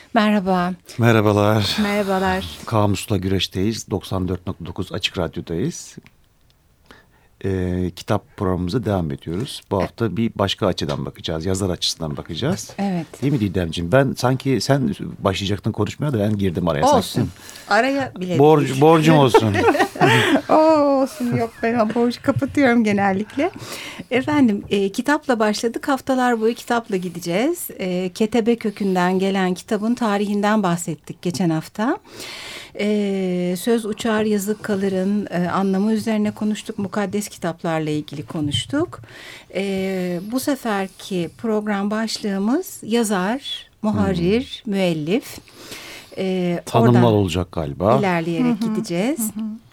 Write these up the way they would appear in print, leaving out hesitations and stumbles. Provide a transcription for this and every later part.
Merhaba. Merhabalar. Merhabalar. Kamus'la Güreş'teyiz. 94.9 Açık Radyo'dayız. Kitap programımıza devam ediyoruz. Bu hafta bir başka açıdan bakacağız. Yazar açısından bakacağız. Evet. Değil mi Didemciğim? Ben sanki sen başlayacaktın konuşmaya da ben girdim araya. Olsun. Araya bile Borcum olsun. olsun. Yok, ben o borcu kapatıyorum genellikle. Efendim, kitapla başladık. Haftalar boyu kitapla gideceğiz. Ketebe kökünden gelen kitabın tarihinden bahsettik geçen hafta. Söz uçar yazık kalırın anlamı üzerine konuştuk. Mukaddes kitaplarla ilgili konuştuk. Bu seferki program başlığımız yazar, muharrir, müellif. Tanımlar olacak galiba. İlerleyerek gideceğiz.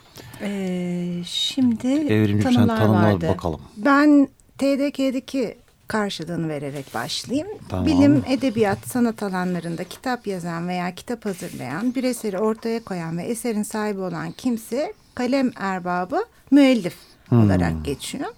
Şimdi Evrimci sen tanımlar bakalım. Ben TDK'deki karşılığını vererek başlayayım. Tamam. Bilim, edebiyat, sanat alanlarında kitap yazan veya kitap hazırlayan, bir eseri ortaya koyan ve eserin sahibi olan kimse kalem erbabı, müellif olarak geçiyor.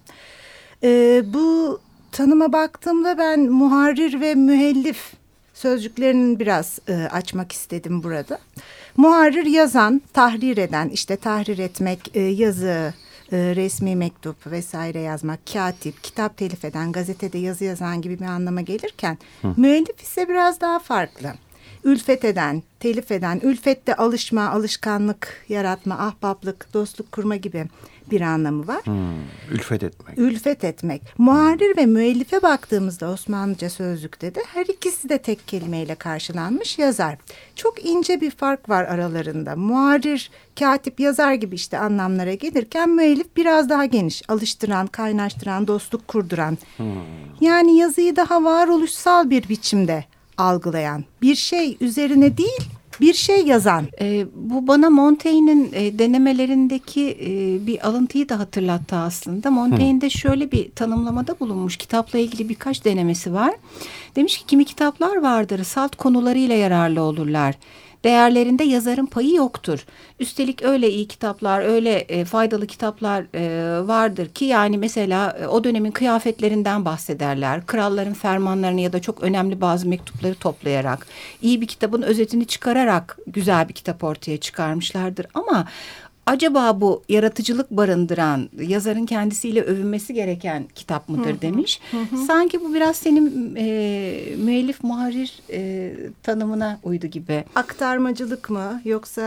Bu tanıma baktığımda ben muharrir ve müellif sözcüklerini biraz açmak istedim burada. Muharrir yazan, tahrir eden, işte tahrir etmek, yazı, resmi mektup vesaire yazmak, katip, kitap telif eden, gazetede yazı yazan gibi bir anlama gelirken müellif ise biraz daha farklı. Ülfet eden, telif eden, ülfette alışma, alışkanlık yaratma, ahbaplık, dostluk kurma gibi bir anlamı var. Ülfet etmek. Ülfet etmek. Muharrir ve müellife baktığımızda Osmanlıca sözlükte de her ikisi de tek kelimeyle karşılanmış yazar. Çok ince bir fark var aralarında. Muharrir, katip, yazar gibi işte anlamlara gelirken müellif biraz daha geniş. Alıştıran, kaynaştıran, dostluk kurduran. Yani yazıyı daha varoluşsal bir biçimde algılayan, bir şey üzerine değil, bir şey yazan. Bu bana Montaigne'in denemelerindeki bir alıntıyı da hatırlattı aslında. Montaigne'de şöyle bir tanımlamada bulunmuş. Kitapla ilgili birkaç denemesi var. Demiş ki kimi kitaplar vardır, salt konularıyla yararlı olurlar. Değerlerinde yazarın payı yoktur. Üstelik öyle iyi kitaplar, öyle faydalı kitaplar vardır ki yani mesela o dönemin kıyafetlerinden bahsederler. Kralların fermanlarını ya da çok önemli bazı mektupları toplayarak, iyi bir kitabın özetini çıkararak güzel bir kitap ortaya çıkarmışlardır. Ama acaba bu yaratıcılık barındıran, yazarın kendisiyle övünmesi gereken kitap mıdır demiş. Sanki bu biraz senin müellif, muharrir tanımına uydu gibi. Aktarmacılık mı yoksa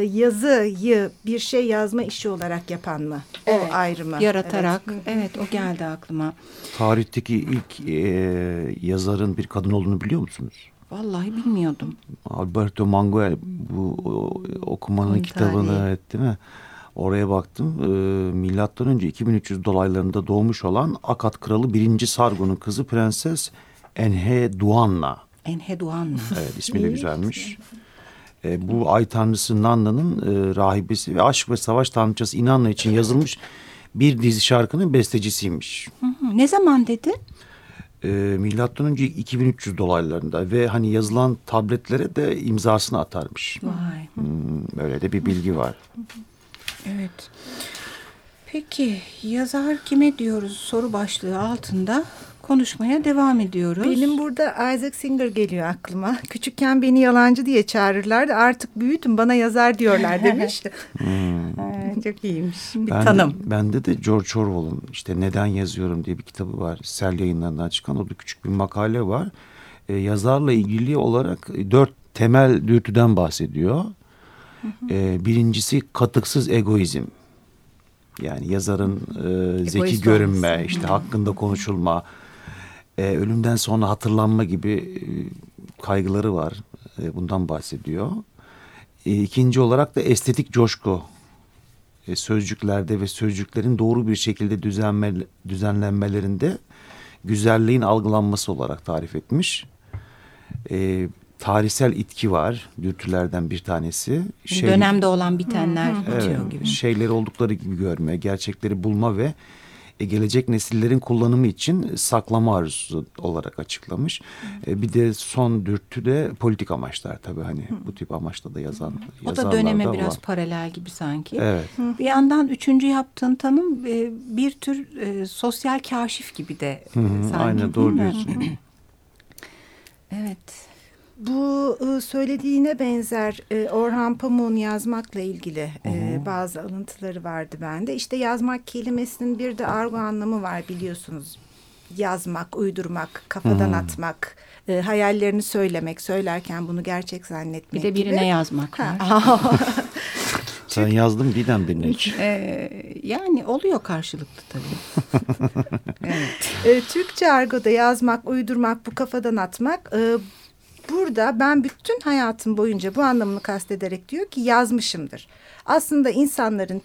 yazıyı bir şey yazma işi olarak yapan mı? Evet, o ayrımı. yaratarak. Evet, o geldi aklıma. Tarihteki ilk yazarın bir kadın olduğunu biliyor musunuz? Vallahi bilmiyordum. Alberto Manguel, bu okumanın Onun kitabını, tarihi. evet, değil mi? Oraya baktım. Milattan önce 2300 dolaylarında doğmuş olan Akkad Kralı 1. Sargon'un kızı Prenses Enheduanna. Enheduanna. Evet, ismi de güzelmiş. Bu ay tanrısı Nanna'nın rahibesi ve aşk ve savaş tanrıçası Inanna için yazılmış bir dizi şarkının bestecisiymiş. Ne zaman dedi? Milattan önce 2300 dolaylarında ve hani yazılan tabletlere de imzasını atarmış. Vay. Böyle de bir bilgi var. Evet. Peki yazar kime diyoruz soru başlığı altında konuşmaya devam ediyoruz. Benim burada Isaac Singer geliyor aklıma. Küçükken beni yalancı diye çağırırlardı. Artık büyüdüm bana yazar diyorlar demişti. Çok iyiymiş. Bir tanım. Bende de George Orwell'ın işte Neden Yazıyorum diye bir kitabı var. Sel Yayınları'ndan çıkan, o da küçük bir makale var. Yazarla ilgili olarak 4 temel dürtüden bahsediyor. Birincisi katıksız egoizm. Yani yazarın zeki görünme, işte hakkında konuşulma, ölümden sonra hatırlanma gibi kaygıları var. Bundan bahsediyor. İkinci olarak da estetik coşku. Sözcüklerde ve sözcüklerin doğru bir şekilde düzenlenmelerinde güzelliğin algılanması olarak tarif etmiş. Tarihsel itki var, dürtülerden bir tanesi. Dönemde olan bitenler bitiyor gibi. Şeyleri oldukları gibi görme, gerçekleri bulma ve gelecek nesillerin kullanımı için saklama arzusu olarak açıklamış. Bir de son dürtü de politik amaçlar tabii, hani bu tip amaçla da yazan o da döneme biraz paralel gibi sanki. Evet. Bir yandan üçüncü yaptığın tanım bir tür sosyal kaşif gibi de sanki. Aynen, doğru diyorsun. Evet. Bu bu söylediğine benzer Orhan Pamuk'un yazmakla ilgili bazı alıntıları vardı bende. İşte yazmak kelimesinin bir de argo anlamı var biliyorsunuz. Yazmak, uydurmak, kafadan atmak, hayallerini söylemek, söylerken bunu gerçek zannetmek bir de birine gibi. yazmak var. Sen yazdın Didem birine hiç. Yani oluyor karşılıklı tabii. Evet. Türkçe argoda yazmak, uydurmak, bu kafadan atmak. Burada ben bütün hayatım boyunca bu anlamını kastederek diyor ki yazmışımdır. Aslında insanların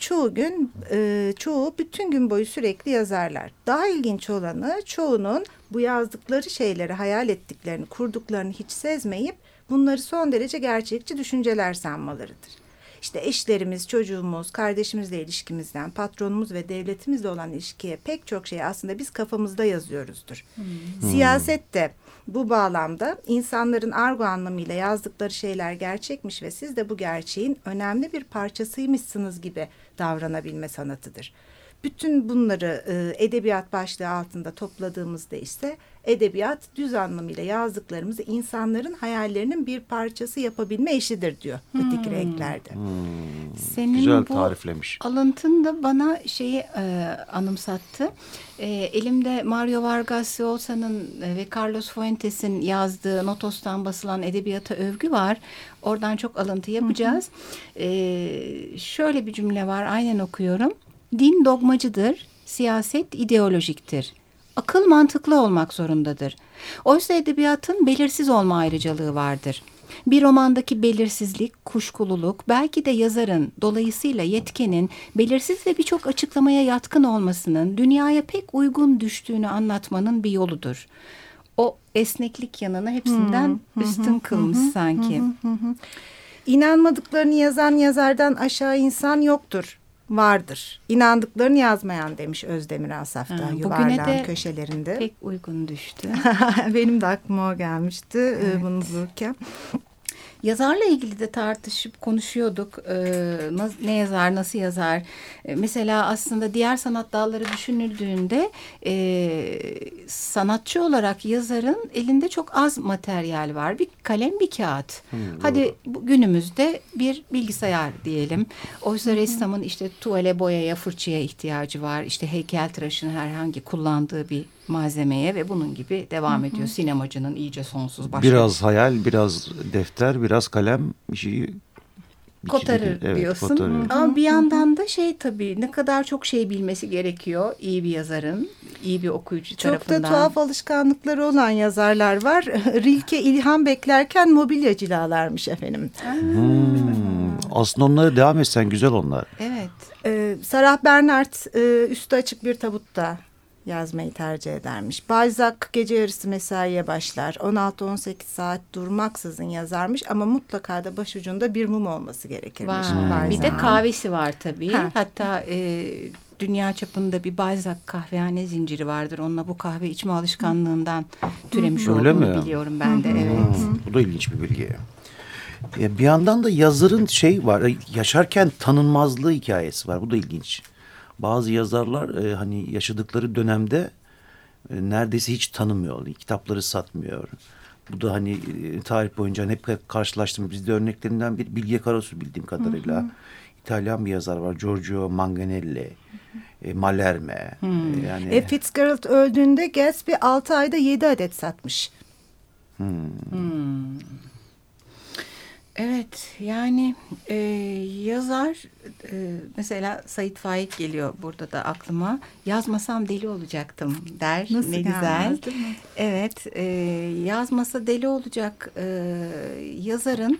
çoğu bütün gün boyu sürekli yazarlar. Daha ilginç olanı çoğunun bu yazdıkları şeyleri hayal ettiklerini, kurduklarını hiç sezmeyip bunları son derece gerçekçi düşünceler sanmalarıdır. İşte eşlerimiz, çocuğumuz, kardeşimizle ilişkimizden, patronumuz ve devletimizle olan ilişkiye pek çok şey aslında biz kafamızda yazıyoruzdur. Siyaset de bu bağlamda insanların argo anlamıyla yazdıkları şeyler gerçekmiş ve siz de bu gerçeğin önemli bir parçasıymışsınız gibi davranabilme sanatıdır. Bütün bunları edebiyat başlığı altında topladığımızda ise edebiyat düz anlamıyla yazdıklarımızı insanların hayallerinin bir parçası yapabilme işidir diyor öteki renklerde. Senin Güzel bu tariflemiş. alıntın da bana şeyi anımsattı. Elimde Mario Vargas Llosa'nın ve Carlos Fuentes'in yazdığı Notos'tan basılan edebiyata övgü var. Oradan çok alıntı yapacağız. Şöyle bir cümle var, aynen okuyorum. Din dogmacıdır, siyaset ideolojiktir. Akıl mantıklı olmak zorundadır. Oysa edebiyatın belirsiz olma ayrıcalığı vardır. Bir romandaki belirsizlik, kuşkululuk, belki de yazarın, dolayısıyla yetkenin belirsiz ve birçok açıklamaya yatkın olmasının dünyaya pek uygun düştüğünü anlatmanın bir yoludur. O esneklik yanını hepsinden üstün kılmış sanki. İnanmadıklarını yazan yazardan aşağı insan yoktur. Vardır. İnandıklarını yazmayan demiş Özdemir Asaf'ta Yuvarlağın köşelerinde. Pek uygun düştü. Benim de aklıma o gelmişti bunu bulurken. Yazarla ilgili de tartışıp konuşuyorduk. Ne yazar, nasıl yazar? Mesela aslında diğer sanat dalları düşünüldüğünde sanatçı olarak yazarın elinde çok az materyal var. Bir kalem, bir kağıt. Hadi günümüzde bir bilgisayar diyelim. Oysa ressamın işte tuvale, boyaya, fırçaya ihtiyacı var. İşte heykeltıraşın herhangi kullandığı bir malzemeye ve bunun gibi devam ediyor. Sinemacının iyice sonsuz başka. Biraz hayal, biraz defter, biraz kalem bir şeyi kotarır diyorsun. Kotarıyor. Ama bir yandan da tabii ne kadar çok şey bilmesi gerekiyor iyi bir yazarın, iyi bir okuyucu tarafından. Çok da tuhaf alışkanlıkları olan yazarlar var. Rilke ilham beklerken mobilya cilalarmış efendim. Aslında onlara devam etsen güzel onlar. Evet. Sarah Bernhardt üstü açık bir tabutta yazmayı tercih edermiş. Balzac gece yarısı mesaiye başlar. 16-18 saat durmaksızın yazarmış ama mutlaka da başucunda bir mum olması gerekirmiş. Bir de kahvesi var tabii. Hatta dünya çapında bir Balzac kahvehane zinciri vardır. Onunla bu kahve içme alışkanlığından türemiş olduğunu biliyorum ben de. Evet. Bu da ilginç bir bilgi. Bir yandan da yazarın var. Yaşarken tanınmazlığı hikayesi var. Bu da ilginç. Bazı yazarlar hani yaşadıkları dönemde neredeyse hiç tanımıyor. Kitapları satmıyor. Bu da hani tarih boyunca hep karşılaştığımız bizde örneklerinden bir Bilge Karasu bildiğim kadarıyla. İtalyan bir yazar var. Giorgio Manganelli, Mallarmé. Yani... Fitzgerald öldüğünde Gatsby 6 ayda 7 adet satmış. Evet, yani yazar mesela Sait Faik geliyor burada da aklıma. Yazmasam deli olacaktım der. Nasıl ne gelmez, güzel. Evet, yazmasa deli olacak yazarın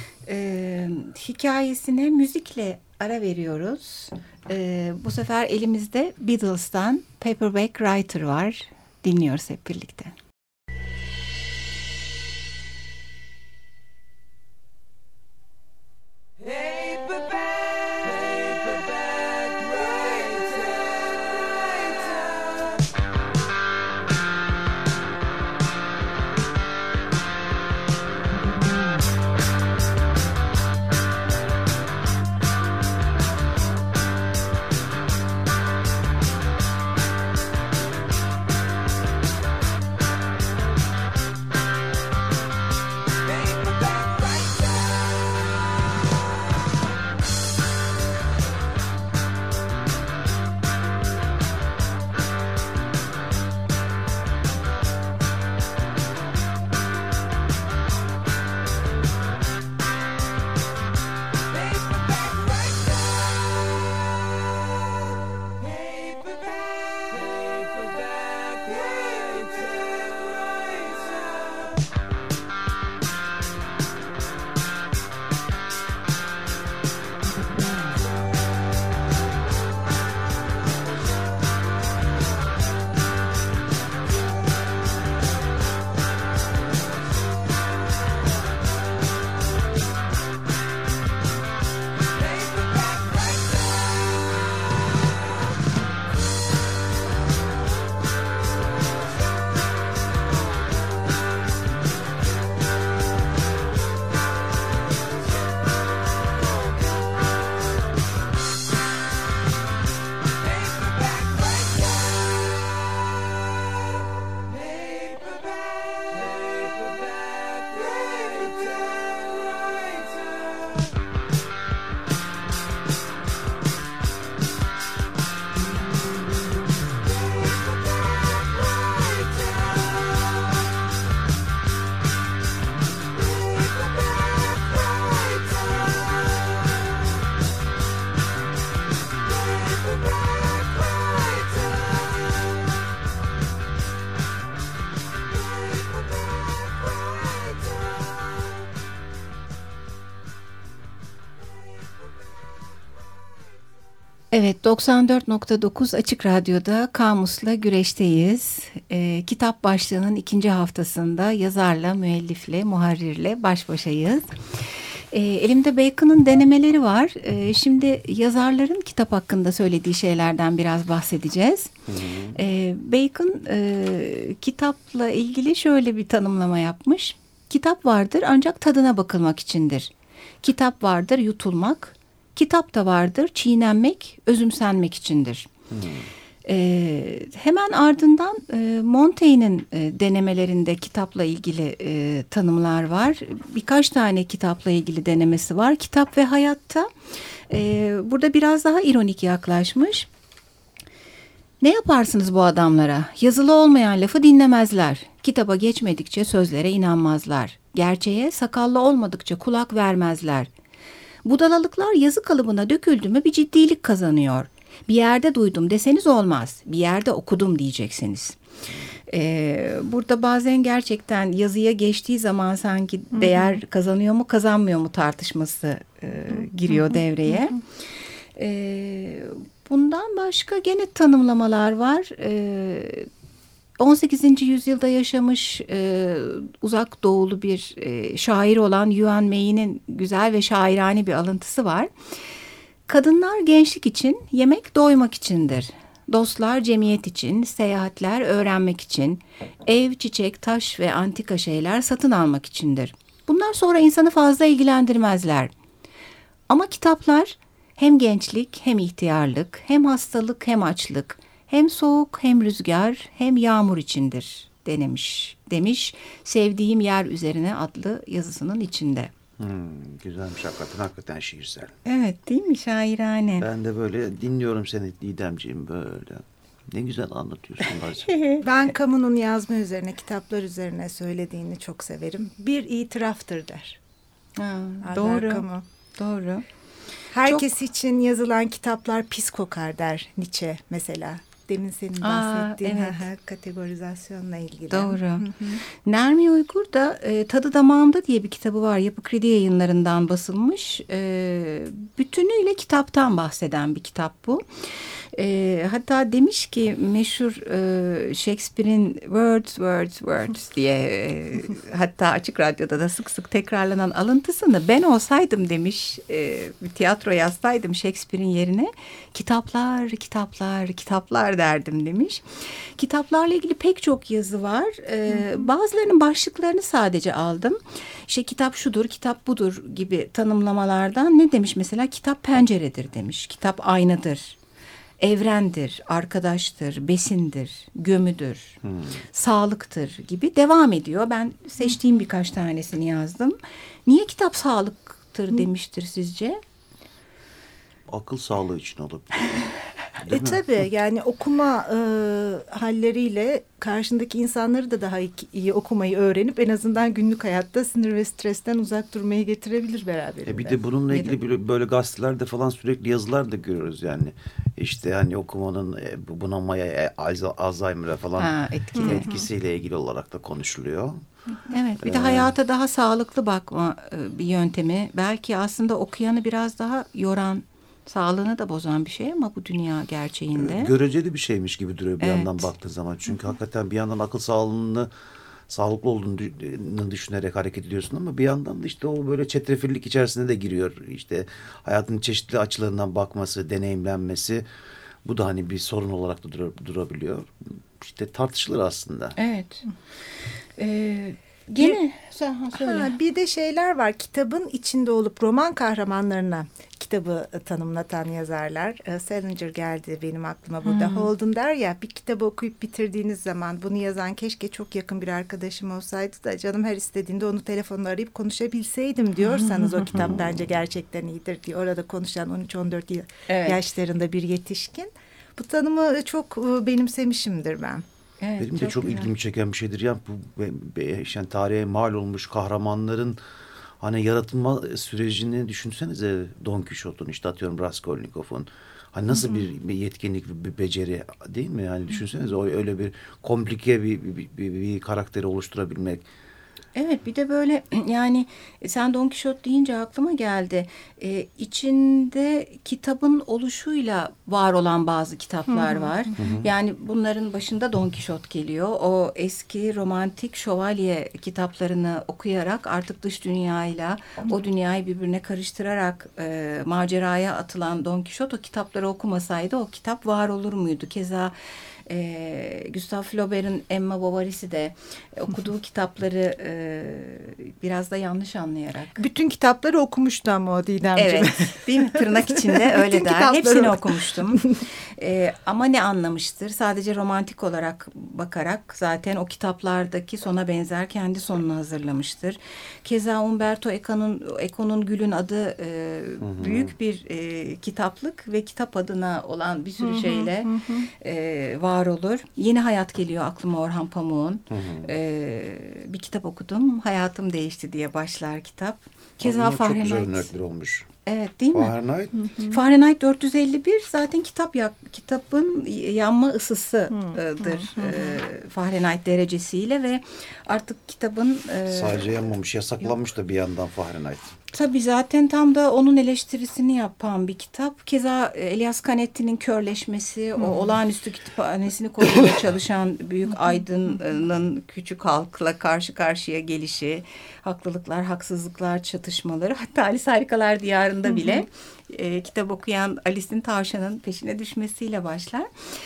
hikayesine müzikle ara veriyoruz. Bu sefer elimizde Beatles'tan Paperback Writer var. Dinliyoruz hep birlikte. Evet, 94.9 Açık Radyo'da Kamus'la güreşteyiz. Kitap başlığının 2. haftasında yazarla, müellifle, muharrirle baş başayız. Elimde Bacon'ın denemeleri var. Şimdi yazarların kitap hakkında söylediği şeylerden biraz bahsedeceğiz. Bacon kitapla ilgili şöyle bir tanımlama yapmış. Kitap vardır ancak tadına bakılmak içindir. Kitap vardır yutulmak, kitap da vardır çiğnenmek, özümsenmek içindir. Hemen ardından Montaigne'in denemelerinde kitapla ilgili tanımlar var. Birkaç tane kitapla ilgili denemesi var. Kitap ve hayatta burada biraz daha ironik yaklaşmış. Ne yaparsınız bu adamlara? Yazılı olmayan lafı dinlemezler. Kitaba geçmedikçe sözlere inanmazlar. Gerçeğe sakallı olmadıkça kulak vermezler. Budalalıklar yazı kalıbına döküldü mü bir ciddilik kazanıyor. Bir yerde duydum deseniz olmaz. Bir yerde okudum diyeceksiniz. Burada bazen gerçekten yazıya geçtiği zaman sanki değer kazanıyor mu kazanmıyor mu tartışması giriyor devreye. Bundan başka gene tanımlamalar var. 18. yüzyılda yaşamış uzak doğulu bir şair olan Yuan Mei'nin güzel ve şairane bir alıntısı var. Kadınlar gençlik için, yemek doymak içindir. Dostlar cemiyet için, seyahatler öğrenmek için, ev, çiçek, taş ve antika şeyler satın almak içindir. Bunlar sonra insanı fazla ilgilendirmezler. Ama kitaplar hem gençlik hem ihtiyarlık, hem hastalık hem açlık, hem soğuk hem rüzgar hem yağmur içindir demiş Sevdiğim Yer Üzerine adlı yazısının içinde. Güzelmiş hakikaten şiirsel. Evet değil mi, şairane? Ben de böyle dinliyorum seni Didemciğim böyle. Ne güzel anlatıyorsun bazen. Ben Camus'un yazma üzerine, kitaplar üzerine söylediğini çok severim. Bir itiraftır der. Doğru. Camus. Doğru. Herkes için yazılan kitaplar pis kokar der Nietzsche mesela. Demin senin bahsettiğin kategorizasyonla ilgili. Doğru. Nermi Uygur da Tadı Damağımda diye bir kitabı var. Yapı Kredi Yayınları'ndan basılmış. Bütünüyle kitaptan bahseden bir kitap bu. Hatta demiş ki meşhur Shakespeare'in words diye hatta Açık Radyo'da da sık sık tekrarlanan alıntısını ben olsaydım demiş, bir tiyatro yazsaydım Shakespeare'in yerine kitaplar derdim demiş. Kitaplarla ilgili pek çok yazı var. Bazılarının başlıklarını sadece aldım. İşte kitap şudur, kitap budur gibi tanımlamalardan ne demiş mesela? Kitap penceredir demiş. Kitap aynadır. Evrendir, arkadaştır, besindir, gömüdür, sağlıktır gibi devam ediyor. Ben seçtiğim birkaç tanesini yazdım. Niye kitap sağlıktır demiştir sizce? Akıl sağlığı için olabilir. Tabii yani okuma halleriyle karşındaki insanları da daha iyi okumayı öğrenip en azından günlük hayatta sinir ve stresten uzak durmayı getirebilir beraberinde. Bir de bununla ilgili böyle gazetelerde falan sürekli yazılar da görüyoruz yani. İşte hani okumanın bunamaya, Alzheimer'a falan etkisiyle ilgili olarak da konuşuluyor. Evet, bir de hayata daha sağlıklı bakma bir yöntemi. Belki aslında okuyanı biraz daha yoran, sağlığını da bozan bir şey ama bu dünya gerçeğinde. Göreceli bir şeymiş gibi duruyor bir yandan baktığın zaman. Çünkü hakikaten bir yandan akıl sağlığını sağlıklı olduğunu düşünerek hareket ediyorsun ama bir yandan da işte o böyle çetrefillik içerisinde de giriyor. İşte hayatın çeşitli açılarından bakması, deneyimlenmesi, bu da hani bir sorun olarak da durabiliyor. İşte tartışılır aslında. Evet. Gene bir de şeyler var, kitabın içinde olup roman kahramanlarına kitabı tanımlatan yazarlar. Salinger geldi benim aklıma burada. Holden der ya, bir kitabı okuyup bitirdiğiniz zaman bunu yazan keşke çok yakın bir arkadaşım olsaydı da canım her istediğinde onu telefonla arayıp konuşabilseydim diyorsanız o kitap bence gerçekten iyidir diye. Orada konuşan 13-14 yaşlarında bir yetişkin. Bu tanımı çok benimsemişimdir ben. Evet, benim de çok ilgimi çeken bir şeydir. Yani bu yani tarihe mal olmuş kahramanların hani yaratılma sürecini düşünsenize. Don Quixote'un, işte atıyorum Raskolnikov'un. Hani nasıl bir yetkinlik, bir beceri değil mi? Yani düşünsenize öyle bir komplike bir karakteri oluşturabilmek. Evet, bir de böyle yani sen Don Kişot deyince aklıma geldi. İçinde kitabın oluşuyla var olan bazı kitaplar var. Yani bunların başında Don Kişot geliyor. O eski romantik şövalye kitaplarını okuyarak artık dış dünyayla o dünyayı birbirine karıştırarak maceraya atılan Don Kişot o kitapları okumasaydı o kitap var olur muydu? Keza Gustave Flaubert'in Emma Bovary'si de okuduğu kitapları biraz da yanlış anlayarak. Bütün kitapları okumuştu ama o Didemciğim. Evet, değil mi? Tırnak içinde öyle der. Hepsini okumuştum. Ama ne anlamıştır? Sadece romantik olarak bakarak zaten o kitaplardaki sona benzer kendi sonunu hazırlamıştır. Keza Umberto Eco'nun Gül'ün adı büyük bir kitaplık ve kitap adına olan bir sürü şeyle var olur. Yeni Hayat geliyor aklıma Orhan Pamuk'un. Bir kitap okudum. Hayatım değişti diye başlar kitap. Keza Fahrenheit. Çok güzel örnekler olmuş. Evet, değil mi? Fahrenheit. Fahrenheit 451 zaten kitabın yanma ısısıdır. Fahrenheit derecesiyle ve artık kitabın sadece yanmamış, yasaklanmış da bir yandan Fahrenheit. Tabii zaten tam da onun eleştirisini yapan bir kitap. Keza Elias Canetti'nin Körleşmesi, o olağanüstü kütüphanesini korumaya çalışan büyük aydının küçük halkla karşı karşıya gelişi, haklılıklar, haksızlıklar çatışmaları, hatta Alice Harikalar Diyarı'nda bile kitap okuyan Alice'in tavşanın peşine düşmesiyle başlar.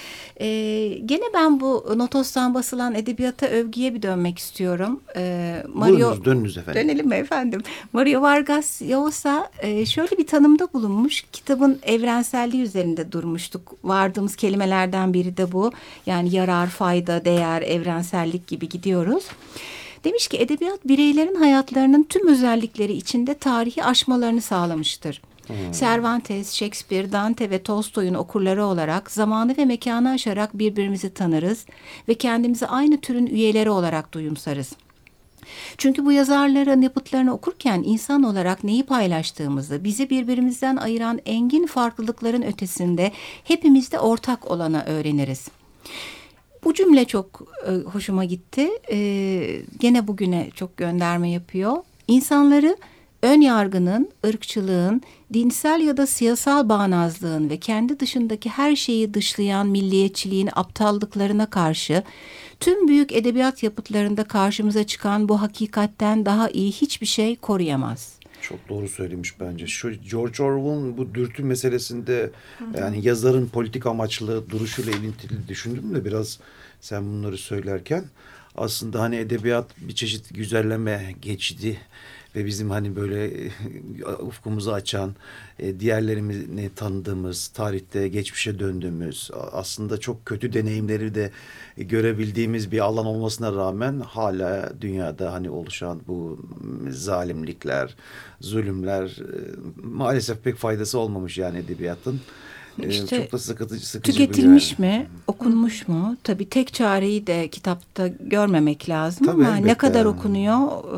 Gene ben bu Notos'tan basılan edebiyata övgüye bir dönmek istiyorum. Dönünüz efendim. Dönelim mi efendim? Mario Vargas Llosa şöyle bir tanımda bulunmuş. Kitabın evrenselliği üzerinde durmuştuk. Vardığımız kelimelerden biri de bu. Yani yarar, fayda, değer, evrensellik gibi gidiyoruz. Demiş ki edebiyat bireylerin hayatlarının tüm özellikleri içinde tarihi aşmalarını sağlamıştır. Cervantes, Shakespeare, Dante ve Tolstoy'un okurları olarak zamanı ve mekanı aşarak birbirimizi tanırız ve kendimizi aynı türün üyeleri olarak duyumsarız. Çünkü bu yazarların yapıtlarını okurken insan olarak neyi paylaştığımızı, bizi birbirimizden ayıran engin farklılıkların ötesinde hepimizde ortak olanı öğreniriz. Bu cümle çok hoşuma gitti. Gene bugüne çok gönderme yapıyor. İnsanları ön yargının, ırkçılığın, dinsel ya da siyasal bağnazlığın ve kendi dışındaki her şeyi dışlayan milliyetçiliğin aptallıklarına karşı tüm büyük edebiyat yapıtlarında karşımıza çıkan bu hakikatten daha iyi hiçbir şey koruyamaz. Çok doğru söylemiş bence. Şu George Orwell'ın bu dürtü meselesinde yani yazarın politik amaçlı duruşuyla ilintili düşündüm de biraz sen bunları söylerken aslında hani edebiyat bir çeşit güzelleme geçidi ve bizim hani böyle ufkumuzu açan, diğerlerini tanıdığımız, tarihte geçmişe döndüğümüz, aslında çok kötü deneyimleri de görebildiğimiz bir alan olmasına rağmen hala dünyada hani oluşan bu zalimlikler, zulümler maalesef pek faydası olmamış yani edebiyatın. İşte, çok da sıkıcı tüketilmiş mi, okunmuş mu? Tabii tek çareyi de kitapta görmemek lazım. Tabii, ama ne kadar okunuyor,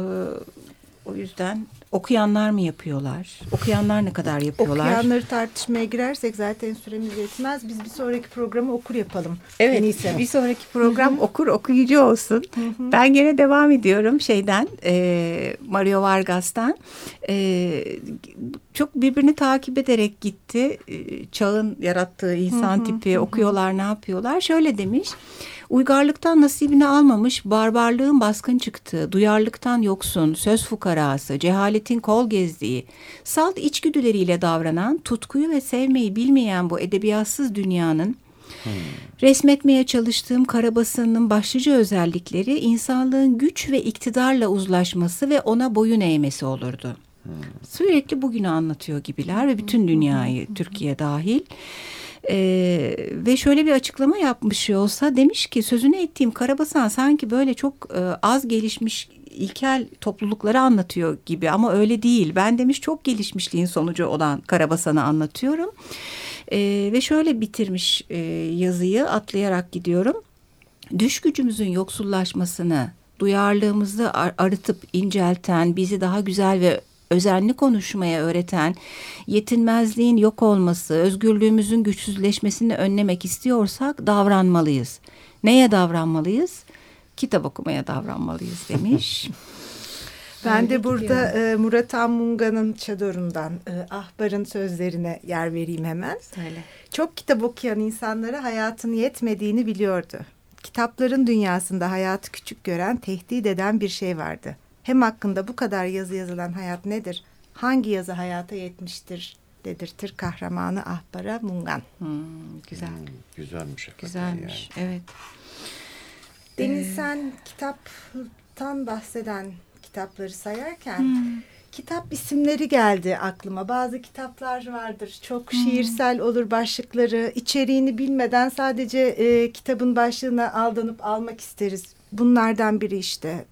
o yüzden okuyanlar mı yapıyorlar? Okuyanlar ne kadar yapıyorlar? Okuyanları tartışmaya girersek zaten süremiz yetmez. Biz bir sonraki programı okur yapalım. Evet, bir sonraki program okuyucu olsun. Ben gene devam ediyorum Mario Vargas'tan. Çok birbirini takip ederek gitti. Çağın yarattığı insan tipi, okuyorlar, ne yapıyorlar? Şöyle demiş: uygarlıktan nasibini almamış, barbarlığın baskın çıktığı, duyarlılıktan yoksun, söz fukarası, cehaletin kol gezdiği, salt içgüdüleriyle davranan, tutkuyu ve sevmeyi bilmeyen bu edebiyatsız dünyanın resmetmeye çalıştığım Karabasan'ın başlıca özellikleri insanlığın güç ve iktidarla uzlaşması ve ona boyun eğmesi olurdu. Sürekli bugünü anlatıyor gibiler ve bütün dünyayı, Türkiye dahil. Ve şöyle bir açıklama yapmış olsa, demiş ki sözünü ettiğim Karabasan sanki böyle çok az gelişmiş ilkel toplulukları anlatıyor gibi ama öyle değil. Ben demiş çok gelişmişliğin sonucu olan Karabasan'ı anlatıyorum. Ve şöyle bitirmiş yazıyı, atlayarak gidiyorum. Düş gücümüzün yoksullaşmasını, duyarlılığımızı arıtıp incelten, bizi daha güzel ve özenli konuşmaya öğreten, yetinmezliğin yok olması, özgürlüğümüzün güçsüzleşmesini önlemek istiyorsak davranmalıyız. Neye davranmalıyız? Kitap okumaya davranmalıyız demiş. Ben de burada Murat Han Munga'nın Çador'undan Ahbar'ın sözlerine yer vereyim hemen. Söyle. Çok kitap okuyan insanlara hayatın yetmediğini biliyordu. Kitapların dünyasında hayatı küçük gören, tehdit eden bir şey vardı. Hem hakkında bu kadar yazı yazılan hayat nedir? Hangi yazı hayata yetmiştir? Dedirtir kahramanı Ahbar'a Mungan. Güzel. Güzelmiş. Güzelmiş. Yani. Evet. Deniz, sen kitaptan bahseden kitapları sayarken kitap isimleri geldi aklıma. Bazı kitaplar vardır. Çok şiirsel olur başlıkları. İçeriğini bilmeden sadece kitabın başlığına aldanıp almak isteriz. Bunlardan biri işte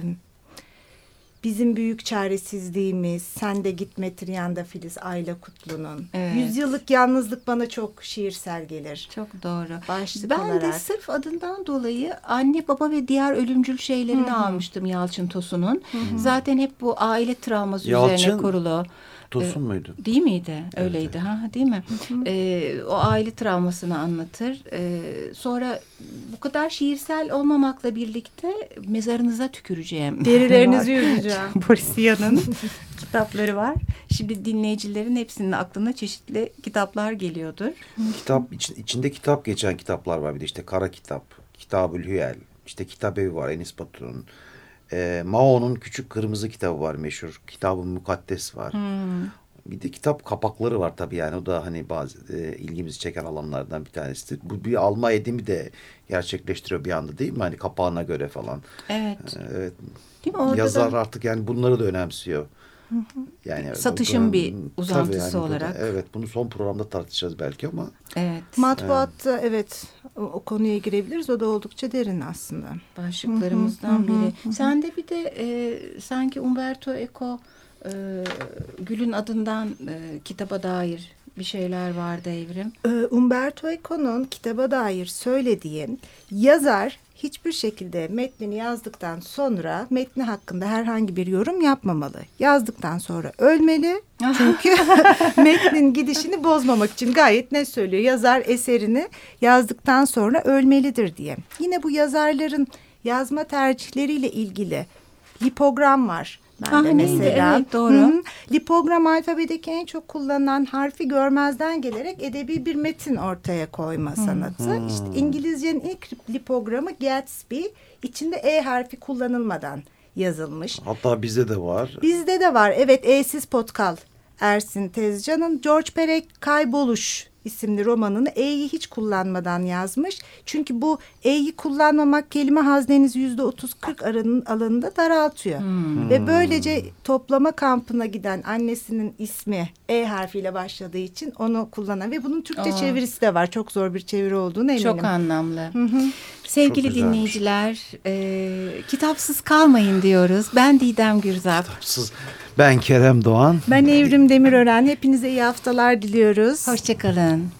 Bizim Büyük Çaresizliğimiz, Sen de Gitme Trianda Filiz, Ayla Kutlu'nun. Evet. Yüzyıllık Yalnızlık bana çok şiirsel gelir. Çok doğru. Başlık ben olarak. de sırf adından dolayı Anne Baba ve Diğer Ölümcül Şeylerini almıştım Yalçın Tosun'un. Zaten hep bu aile travması üzerine kurulu. Tosun muydu? Değil miydi? Öyleydi. Evet. Ha, değil mi? O aile travmasını anlatır. Sonra bu kadar şiirsel olmamakla birlikte mezarınıza tüküreceğim. Derilerinizi yüzeceğim. Boris Vian'ın kitapları var. Şimdi dinleyicilerin hepsinin aklına çeşitli kitaplar geliyordur. Kitap içinde kitap geçen kitaplar var. Bir de işte Kara Kitap, Kitab-ül Hüyel, işte Kitabevi var Enis Batur'un. Mao'nun Küçük Kırmızı kitabı var meşhur. Kitab-ı Mukaddes var. Bir de kitap kapakları var tabii yani. O da hani bazı ilgimizi çeken alanlardan bir tanesidir. Bu bir alma edimi de gerçekleştiriyor bir anda değil mi? Hani kapağına göre falan. Evet. Evet. Değil mi? Orada yazar artık yani bunları da önemsiyor. Yani satışın bir uzantısı yani olarak. Evet, bunu son programda tartışacağız belki ama. Evet. Matbuatta o konuya girebiliriz. O da oldukça derin aslında. Başlıklarımızdan biri. Sen de bir de sanki Umberto Eco Gül'ün adından kitaba dair bir şeyler vardı Evrim. Umberto Eco'nun kitaba dair söylediği yazar hiçbir şekilde metnini yazdıktan sonra metni hakkında herhangi bir yorum yapmamalı. Yazdıktan sonra ölmeli. Çünkü metnin gidişini bozmamak için gayet net söylüyor. Yazar eserini yazdıktan sonra ölmelidir diye. Yine bu yazarların yazma tercihleriyle ilgili lipogram var. Mesela. Evet, doğru. Lipogram alfabedeki en çok kullanılan harfi görmezden gelerek edebi bir metin ortaya koyma sanatı. İşte İngilizcenin ilk lipogramı Gatsby, içinde E harfi kullanılmadan yazılmış. Hatta bizde de var. Bizde de var. Evet, E'siz Potkal. Ersin Tezcan'ın George Perec Kayboluş isimli romanını E'yi hiç kullanmadan yazmış. Çünkü bu E'yi kullanmamak kelime haznenizi %30-40 alanında daraltıyor. Ve böylece toplama kampına giden annesinin ismi E harfiyle başladığı için onu kullanan ve bunun Türkçe çevirisi de var. Çok zor bir çeviri olduğunu eminim. Çok anlamlı. Sevgili dinleyiciler, kitapsız kalmayın diyoruz. Ben Didem Gürzap. Kitapsız. Ben Kerem Doğan. Ben Evrim Demirören. Hepinize iyi haftalar diliyoruz. Hoşçakalın.